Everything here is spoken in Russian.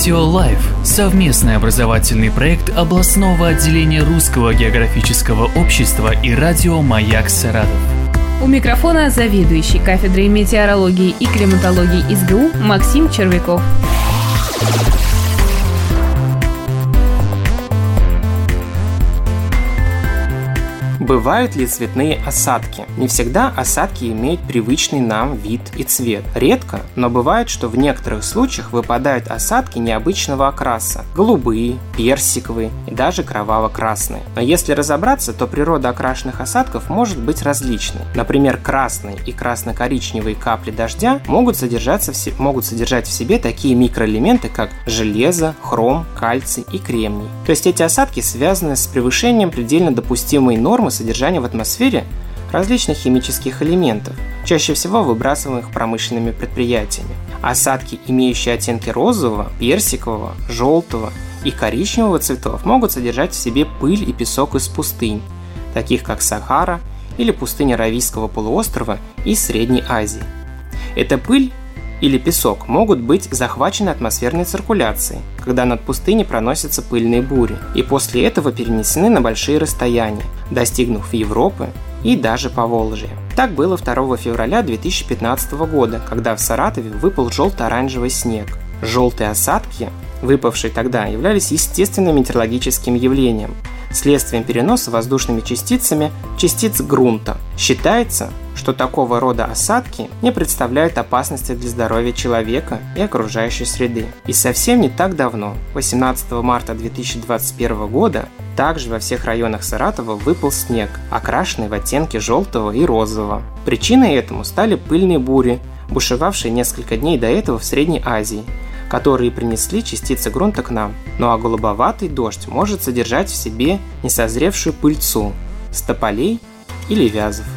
Метео Лайф – совместный образовательный проект областного отделения Русского географического общества и радио «Маяк Саратов». У микрофона заведующий кафедрой метеорологии и климатологии СГУ Максим Червяков. Бывают ли цветные осадки? Не всегда осадки имеют привычный нам вид и цвет. Редко, но бывает, что в некоторых случаях выпадают осадки необычного окраса – голубые, персиковые и даже кроваво-красные. Но если разобраться, то природа окрашенных осадков может быть различной. Например, красные и красно-коричневые капли дождя могут содержать в себе такие микроэлементы, как железо, хром, кальций и кремний. То есть эти осадки связаны с превышением предельно допустимой нормы содержания в атмосфере различных химических элементов, чаще всего выбрасываемых промышленными предприятиями. Осадки, имеющие оттенки розового, персикового, желтого и коричневого цветов, могут содержать в себе пыль и песок из пустынь, таких как Сахара или пустыня Аравийского полуострова и Средней Азии. Эта пыль или песок могут быть захвачены атмосферной циркуляцией, когда над пустыней проносятся пыльные бури, и после этого перенесены на большие расстояния, достигнув Европы и даже Поволжья. Так было 2 февраля 2015 года, когда в Саратове выпал желто-оранжевый снег. Желтые осадки, выпавшие тогда, являлись естественным метеорологическим явлением, следствием переноса воздушными частицами частиц грунта. Считается, что такого рода осадки не представляют опасности для здоровья человека и окружающей среды. И совсем не так давно, 18 марта 2021 года, также во всех районах Саратова выпал снег, окрашенный в оттенки желтого и розового. Причиной этому стали пыльные бури, бушевавшие несколько дней до этого в Средней Азии, которые принесли частицы грунта к нам. Ну а голубоватый дождь может содержать в себе несозревшую пыльцу с тополей или вязов.